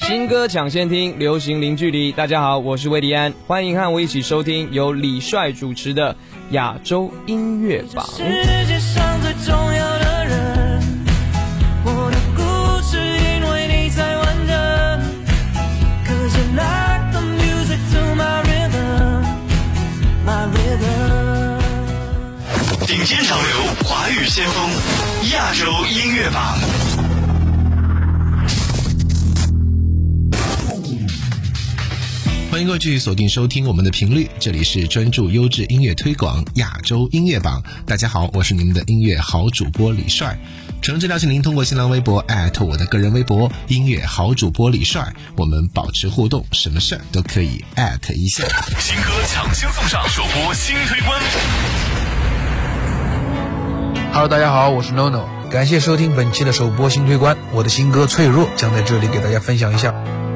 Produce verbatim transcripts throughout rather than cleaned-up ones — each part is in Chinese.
新歌抢先听，流行零距离。大家好，我是魏迪安，欢迎和我一起收听由李帅主持的亚洲音乐榜。 世界上最重要的人，我的故事因为你才完整。Cause you like the music to my rhythm, my rhythm。 顶尖潮流，华语先锋，亚洲音乐榜。 欢迎各位继续锁定收听我们的频率，这里是专注优质音乐推广亚洲音乐榜。大家好，我是你们的音乐好主播李帅。诚挚邀请您通过新浪微博艾特我的个人微博音乐好主播李帅，我们保持互动，什么事儿都可以艾特一下。 新歌抢先送上，首播新推关。 Hello， 大家好，我是 NoNo， 感谢收听本期的首播新推关。我的新歌《脆弱》将在这里给大家分享一下。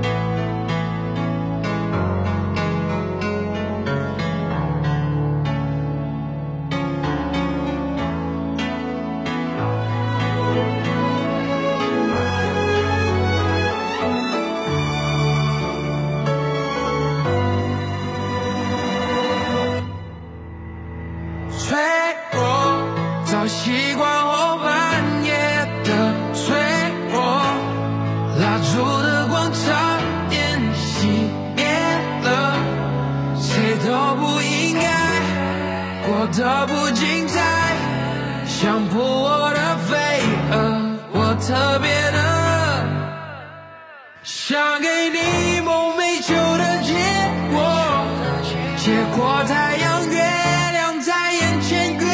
习惯后半夜的脆弱，蜡烛的光差点熄灭了，谁都不应该过得不精彩，想扑我的飞蛾，我特别的想给你梦寐求的结果，结果太阳月亮在眼前越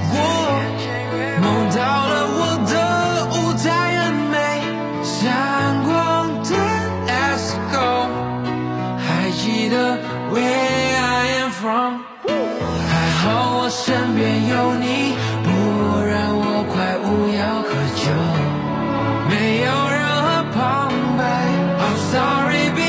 梦到了我的舞台很美，闪光的 Esco， 还记得 Where I am from， 还好我身边有你，不然我快无药可救，没有任何旁白 I'm sorry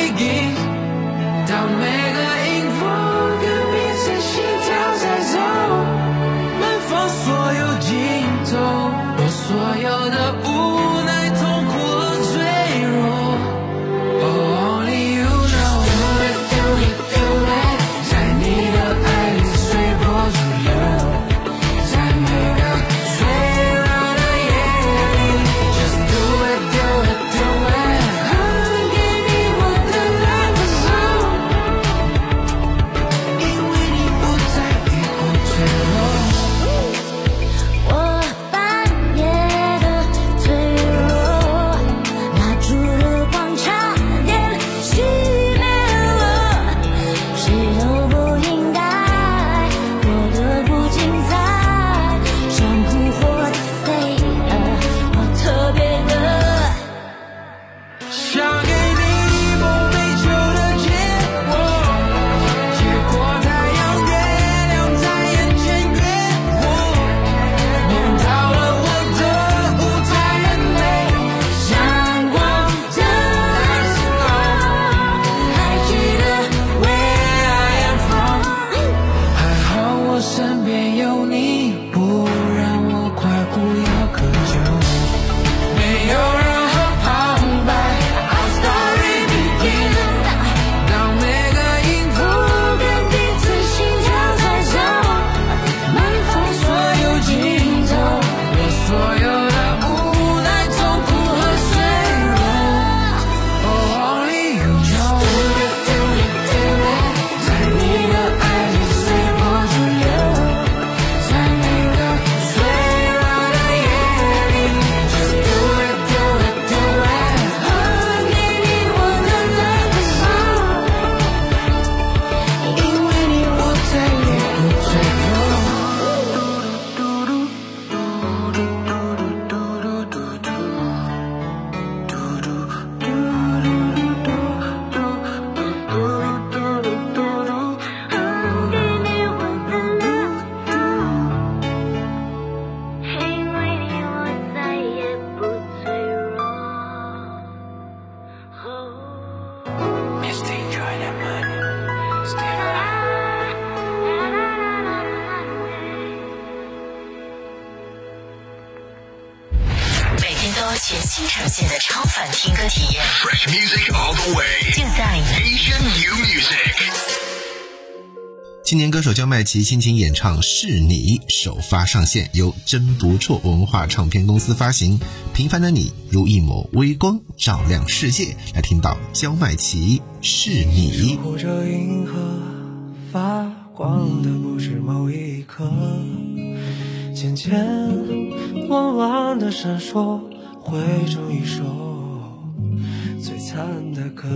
全新呈现的超凡听歌体验 Fresh music all the way， 就在 Asian New Music。 青年歌手焦麦琪亲情演唱《是你》首发上线，由真不错文化唱片公司发行。平凡的你如一抹微光，照亮世界。来听到焦麦琪《是你》。 守护着银河发光的不是某一刻，渐渐弯弯的闪烁，汇成一首璀璨的歌。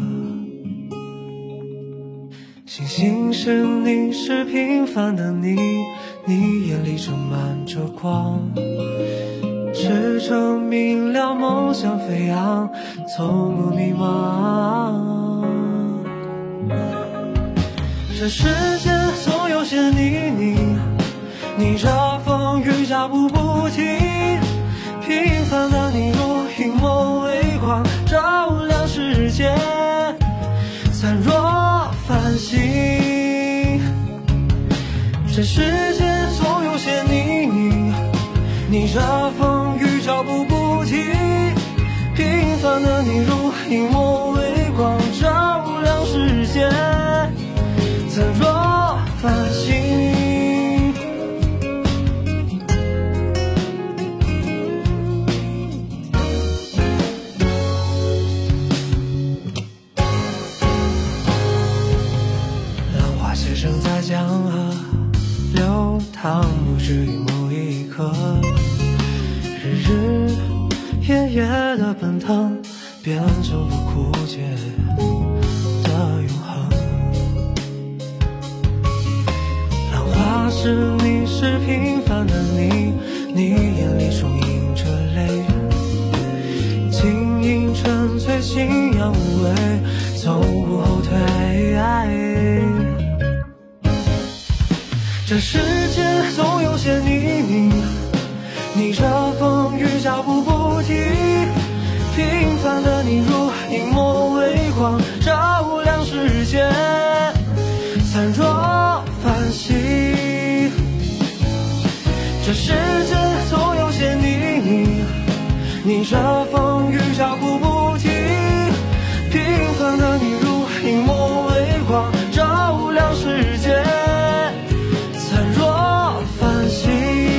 星星是你，是平凡的你，你眼里充满着光，赤诚明了，梦想飞扬，从不迷茫。这世界总有些泥泞，逆着风雨脚步不停，平凡的你如一抹微光，照亮世界，灿若繁星。这世界总有些泥泞，逆着风雨脚步不停，平凡的你如一抹微光，照亮世界，灿若繁星。浪花写生在江河流淌，不至于某一刻，日日夜夜的奔腾，变成不枯竭的永恒。浪花是你，是平凡的你，你眼里充盈着泪，晶莹纯粹，信仰无畏，从不后退。这世界总有些泥泞，逆着风雨脚步不停，平凡的你如一抹微光，照亮世界，灿若繁星。这世界总有些泥泞，逆着风雨脚步不停，平凡的你如一抹微光，照亮世界，灿若繁星。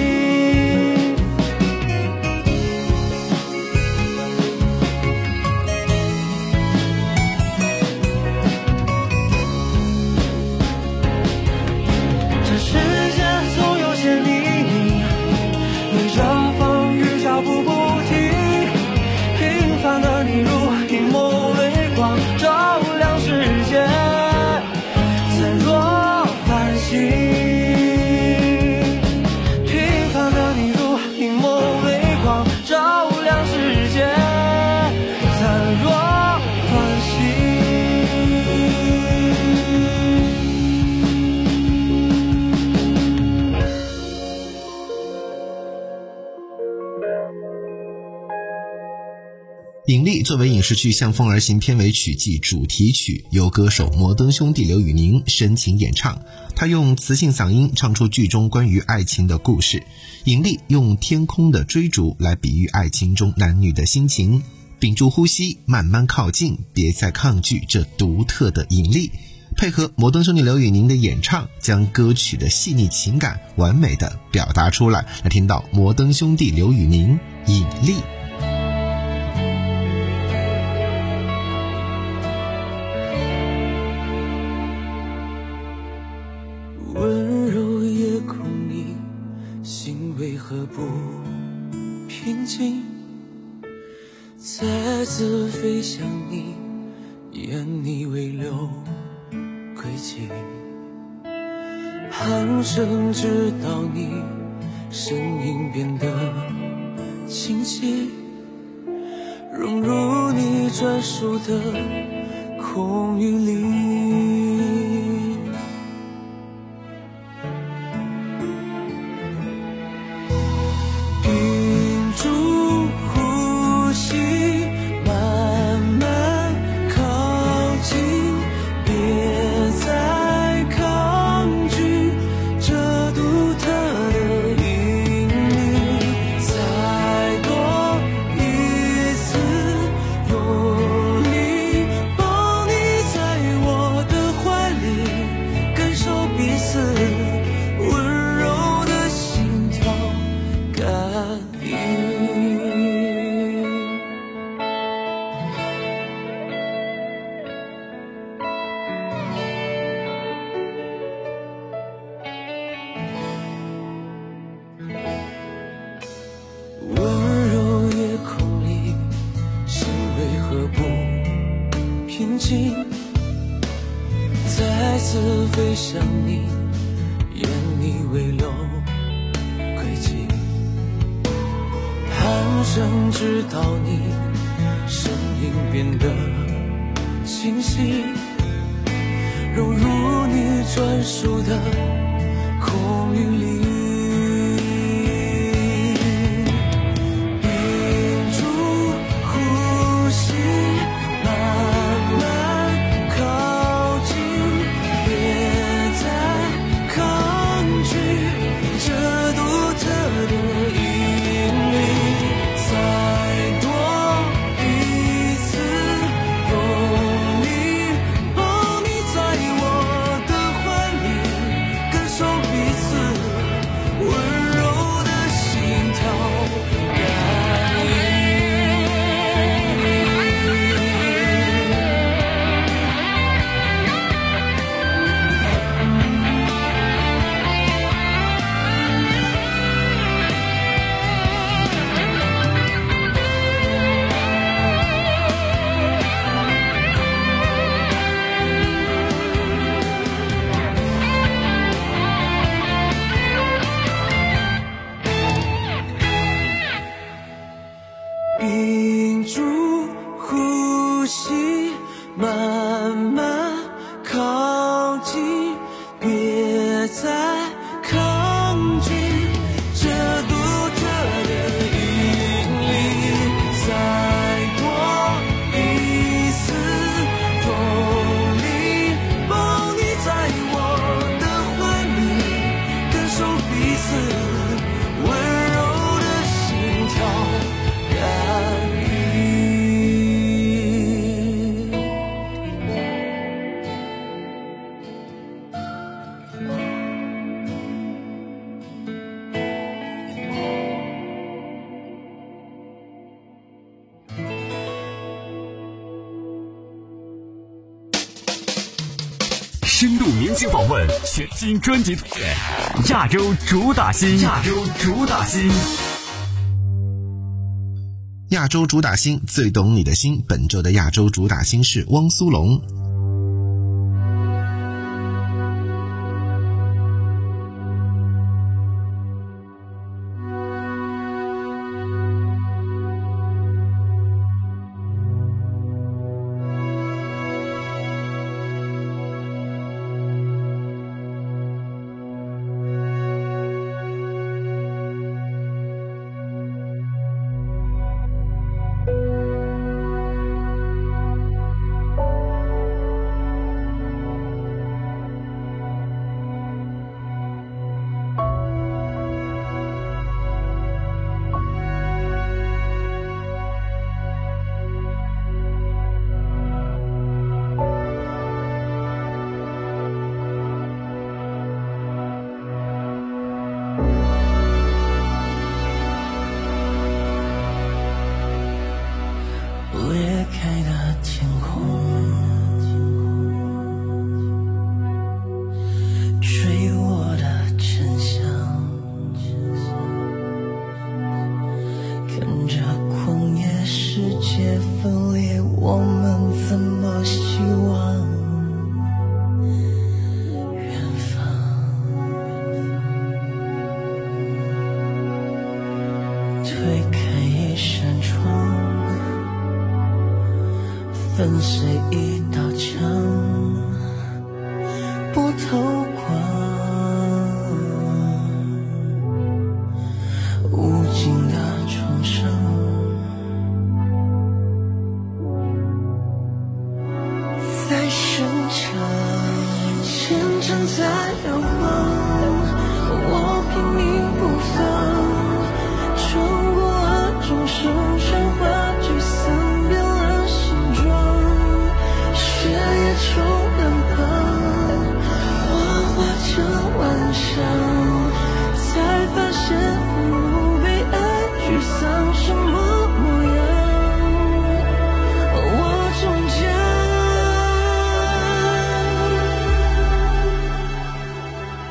这世界总有些泥泞，逆着风雨脚步不停，平凡的你如一抹微光，照亮世界，灿若繁星。 引力作为影视剧《向风而行》片尾曲暨主题曲，由歌手摩登兄弟刘宇宁深情演唱。他用磁性嗓音唱出剧中关于爱情的故事。引力用天空的追逐来比喻爱情中男女的心情，屏住呼吸，慢慢靠近，别再抗拒这独特的引力。配合摩登兄弟刘宇宁的演唱，将歌曲的细腻情感完美的表达出来。来听到摩登兄弟刘宇宁引力。 温柔夜空里，心为何不平静？再次飞向你，眼你未留轨迹，盼生直到你身影变得清晰，融入你专属的空域里。一平静，再次飞向你，眼你微流轨迹，攀升直到你声音变得清晰，融入你专属的空域里。屏住呼吸，慢慢靠近，别再抗拒这独特的引力，再多一丝动力，抱你在我的怀里，感受彼此温柔的心跳。 深度明星访问，全新专辑推荐，亚洲主打新，亚洲主打新。 亚洲主打新，最懂你的心。本周的亚洲主打新是汪苏泷。 裂开的天空，坠落的沉香，跟着狂野世界分裂，我们怎么希望远方？推开一扇窗，粉碎一道墙，不透光，无尽的创伤，在生长，牵缠在摇晃，我拼命不放，冲过了众生喧哗聚散。抽两旁，花化成晚霞，才发现愤怒、悲哀、沮丧什么模样。我终将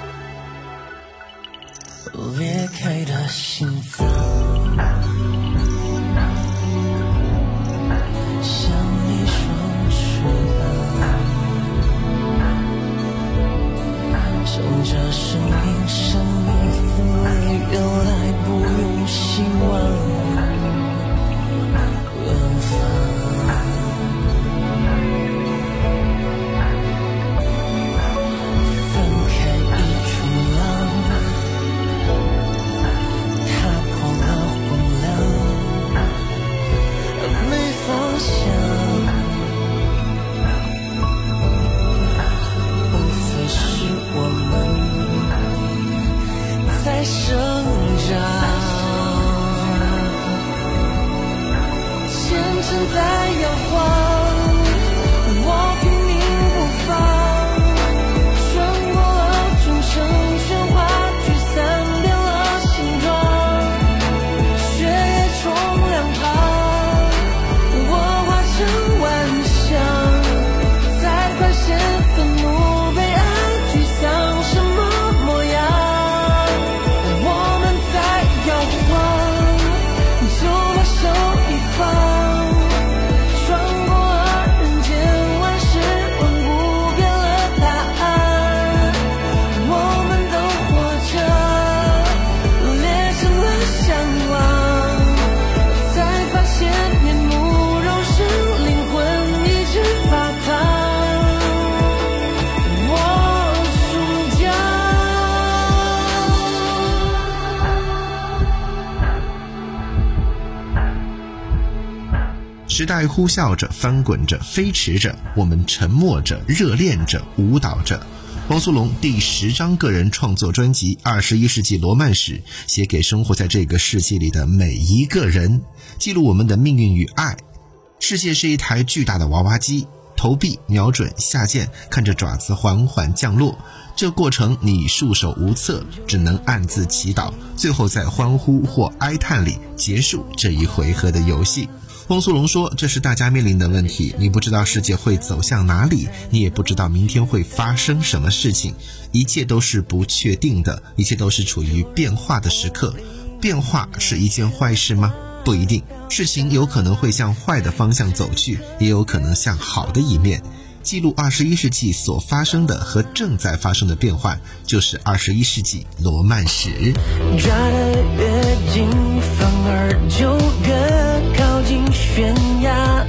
时代呼啸着，翻滚着，飞驰着，我们沉默着，热恋着，舞蹈着。汪苏泷第十张个人创作专辑《二十一世纪罗曼史》，写给生活在这个世界里的每一个人，记录我们的命运与爱。世界是一台巨大的娃娃机，投币、瞄准、下键，看着爪子缓缓降落。这过程你束手无策，只能暗自祈祷，最后在欢呼或哀叹里结束这一回合的游戏。汪苏泷说，这是大家面临的问题，你不知道世界会走向哪里，你也不知道明天会发生什么事情，一切都是不确定的，一切都是处于变化的时刻。变化是一件坏事吗？不一定，事情有可能会向坏的方向走去，也有可能向好的一面。记录二十一世纪所发生的和正在发生的变换，就是二十一世纪罗曼史。 抓得越紧，反而就越靠近悬崖，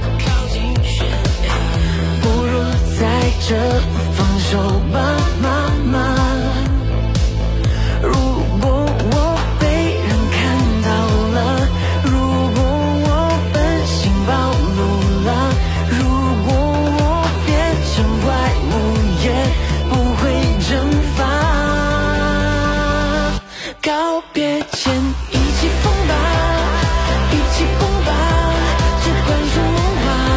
不如在这放手吧，妈妈。如果我被人看到了，如果我本性暴露了，如果我变成怪物也不会蒸发。告别前一起疯吧，一起疯吧，这管说梦话，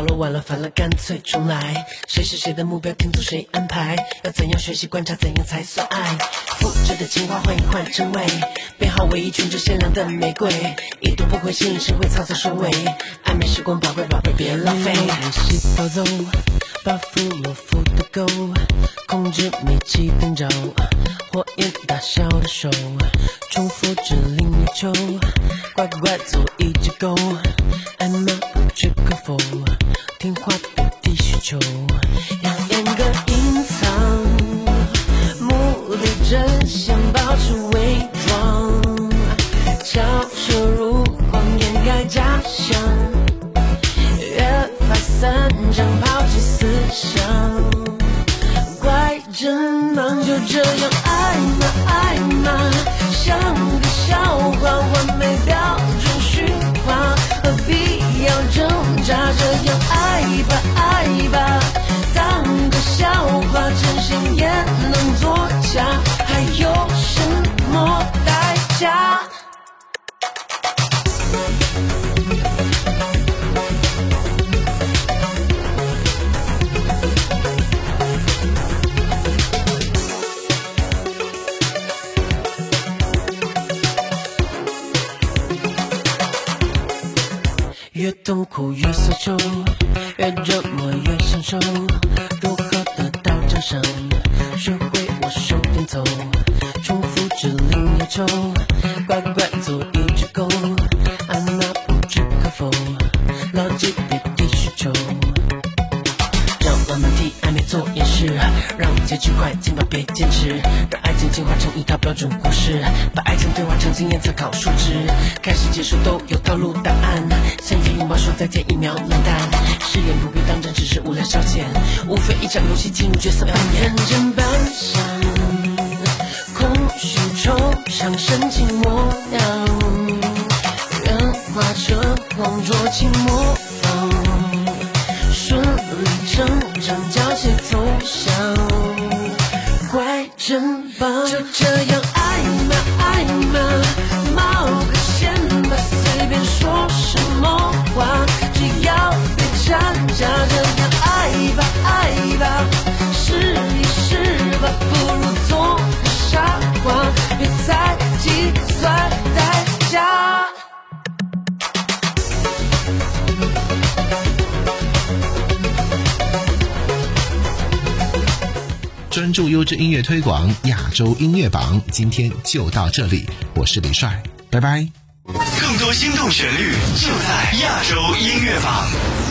到了晚了烦了干脆重来，谁是谁的目标听从谁安排，要怎样学习观察怎样才算爱，复制的情话换一换成为编号为一群着鲜亮的玫瑰，一读不会吸引谁会草草收尾，暧昧时光宝贵宝贝别浪费，练习暴走把俘虏缚的狗，控制密集灯罩，火焰大小的手，重复指令欲求，乖乖做一只狗，爱吗不置可否，听话别低需求，要严格隐藏，目的真相保持伪装，巧舌如簧掩盖假象，越发散场抛弃思想，怪真忙就这样爱吗爱吗，像个笑话完美标准虚化，何必要挣扎，这样爱吧爱吧，当个笑话真心也能作假，还有什么代价，越痛苦越奢求，越折磨越享受，如何得到奖赏，学会我手边走，重复指令要求，乖乖做一只狗，爱吗不置可否，牢记别低需求，让浪漫替暧昧做掩饰，让结局快尽快别坚持，让爱情进化成一套标准故事，把爱情对话成经验参考数值，开始结束都有套路答案，相见拥抱说再见一秒冷淡，誓言不必当真只是无聊消遣，无非一场游戏进入角色扮演，认真扮相，空虚惆怅深情模样，圆滑车晃浊情模仿，顺理成章交切投降，怪真棒，就这样爱吗爱吗，冒个险吧，随便说什么话，只要别掺假，这样爱吧爱吧，试一试吧，不如做个傻瓜，别再计算代价。 专注优质音乐推广，亚洲音乐榜，今天就到这里，我是李帅，拜拜。 更多心动旋律就在亚洲音乐榜。